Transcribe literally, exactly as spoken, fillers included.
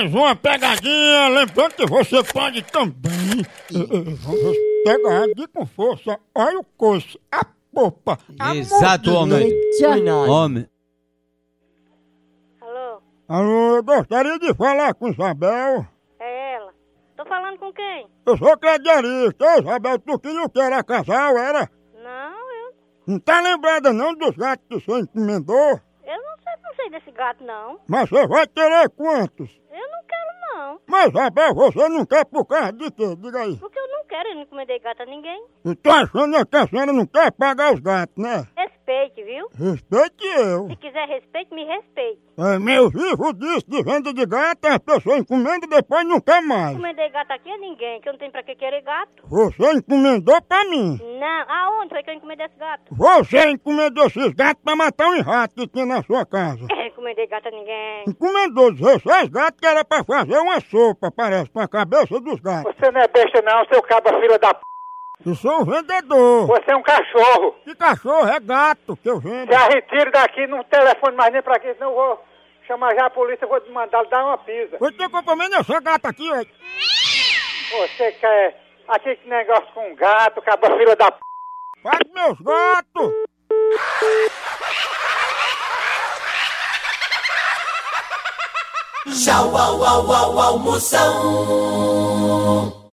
mais uma pegadinha. Lembrando que você pode também eh, eh, pegar de com força. Olha o coice, a popa. A Exato, homem. Homem. Alô? Alô, eu gostaria de falar com Isabel. É ela. Tô falando com quem? Eu sou crediarista. Ô, Isabel, tu queria o que? Era casal, era? Não, eu... Não tá lembrada não dos gatos que você encomendou? Eu não sei, não sei desse gato, não. Mas você vai querer quantos? Eu não quero, não. Mas, Isabel, você não quer por causa de quê? Diga aí. Porque eu não quero, eu não encomendei gato a ninguém. Eu tô achando que a senhora não quer pagar os gatos, né? Respeite, viu? Respeite eu. Se quiser respeito, me respeite. É, meu vivo disse de venda de gato, as pessoas encomendam e depois não quer mais. Encomendei gato aqui a ninguém, que eu não tenho pra que querer gato. Você encomendou pra mim. Não, aonde foi que eu encomendei esse gato? Você encomendou esses gatos pra matar um rato que tinha na sua casa. Eu não encomendei gato a ninguém. Encomendou dezesseis gatos que era pra fazer uma sopa, parece, com a cabeça dos gatos. Você não é besta não, seu caba filha da p... Eu sou um vendedor. Você é um cachorro. Que cachorro? É gato que eu vendo. Já retire daqui, não telefone mais nem pra aqui, senão eu vou chamar já a polícia, eu vou te mandar dar uma pisa. Você tem compromisso nessa gata aqui, ó. Você quer aqui que negócio com gato, caba filha da p... Faz meus gatos. Tchau, au, au, au, almoção.